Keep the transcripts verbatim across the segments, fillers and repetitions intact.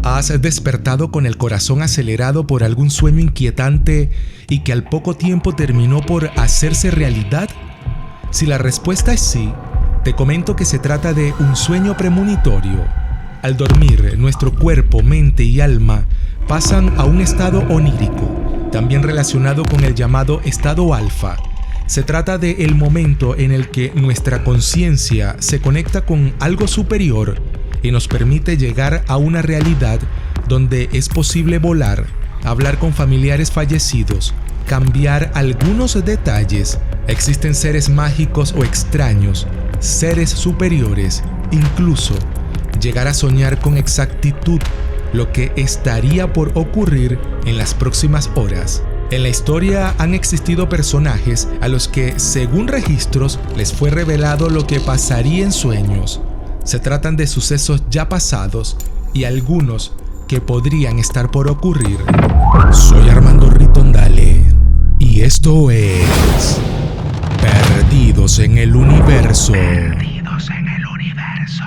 ¿Has despertado con el corazón acelerado por algún sueño inquietante y que al poco tiempo terminó por hacerse realidad? Si la respuesta es sí, te comento que se trata de un sueño premonitorio. Al dormir, nuestro cuerpo, mente y alma pasan a un estado onírico, también relacionado con el llamado estado alfa. Se trata de el momento en el que nuestra conciencia se conecta con algo superior y nos permite llegar a una realidad donde es posible volar, hablar con familiares fallecidos, cambiar algunos detalles. Existen seres mágicos o extraños, seres superiores, incluso llegar a soñar con exactitud lo que estaría por ocurrir en las próximas horas. En la historia han existido personajes a los que, según registros, les fue revelado lo que pasaría en sueños. Se tratan de sucesos ya pasados y algunos que podrían estar por ocurrir. Soy Armando Ritondale y esto es Perdidos en el Universo. Perdidos en el Universo.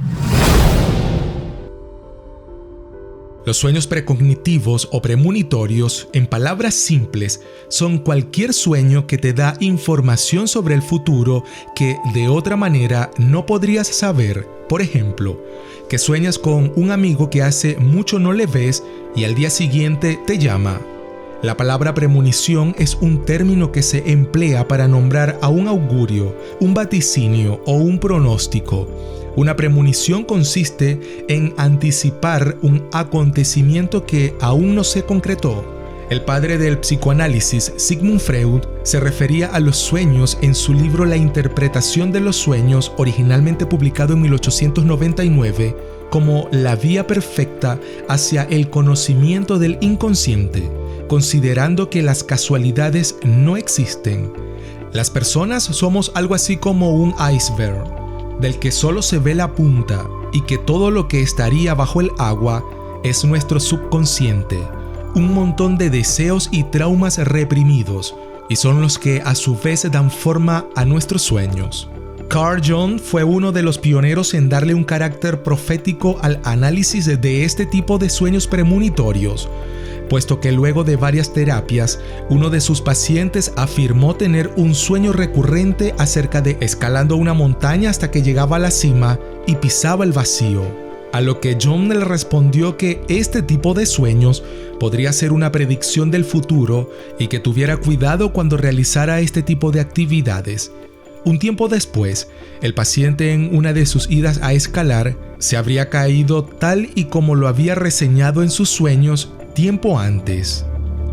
Los sueños precognitivos o premonitorios, en palabras simples, son cualquier sueño que te da información sobre el futuro que de otra manera no podrías saber. Por ejemplo, que sueñas con un amigo que hace mucho no le ves y al día siguiente te llama. La palabra premonición es un término que se emplea para nombrar a un augurio, un vaticinio o un pronóstico. Una premonición consiste en anticipar un acontecimiento que aún no se concretó. El padre del psicoanálisis, Sigmund Freud, se refería a los sueños en su libro La interpretación de los sueños, originalmente publicado en mil ochocientos noventa y nueve, como la vía perfecta hacia el conocimiento del inconsciente, considerando que las casualidades no existen. Las personas somos algo así como un iceberg, del que solo se ve la punta y que todo lo que estaría bajo el agua es nuestro subconsciente, un montón de deseos y traumas reprimidos, y son los que a su vez dan forma a nuestros sueños. Carl Jung fue uno de los pioneros en darle un carácter profético al análisis de este tipo de sueños premonitorios, puesto que luego de varias terapias, uno de sus pacientes afirmó tener un sueño recurrente acerca de escalando una montaña hasta que llegaba a la cima y pisaba el vacío, a lo que Jung le respondió que este tipo de sueños podría ser una predicción del futuro y que tuviera cuidado cuando realizara este tipo de actividades. Un tiempo después, el paciente en una de sus idas a escalar se habría caído tal y como lo había reseñado en sus sueños tiempo antes.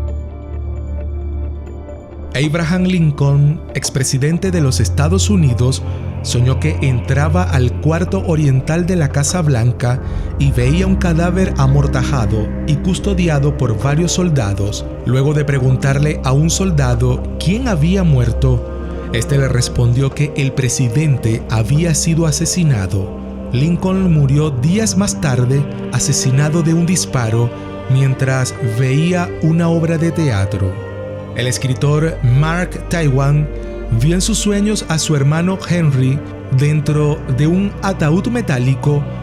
Abraham Lincoln, expresidente de los Estados Unidos, soñó que entraba al cuarto oriental de la Casa Blanca y veía un cadáver amortajado y custodiado por varios soldados. Luego de preguntarle a un soldado quién había muerto, este le respondió que el presidente había sido asesinado. Lincoln murió días más tarde, asesinado de un disparo, mientras veía una obra de teatro. El escritor Mark Twain vio en sus sueños a su hermano Henry dentro de un ataúd metálico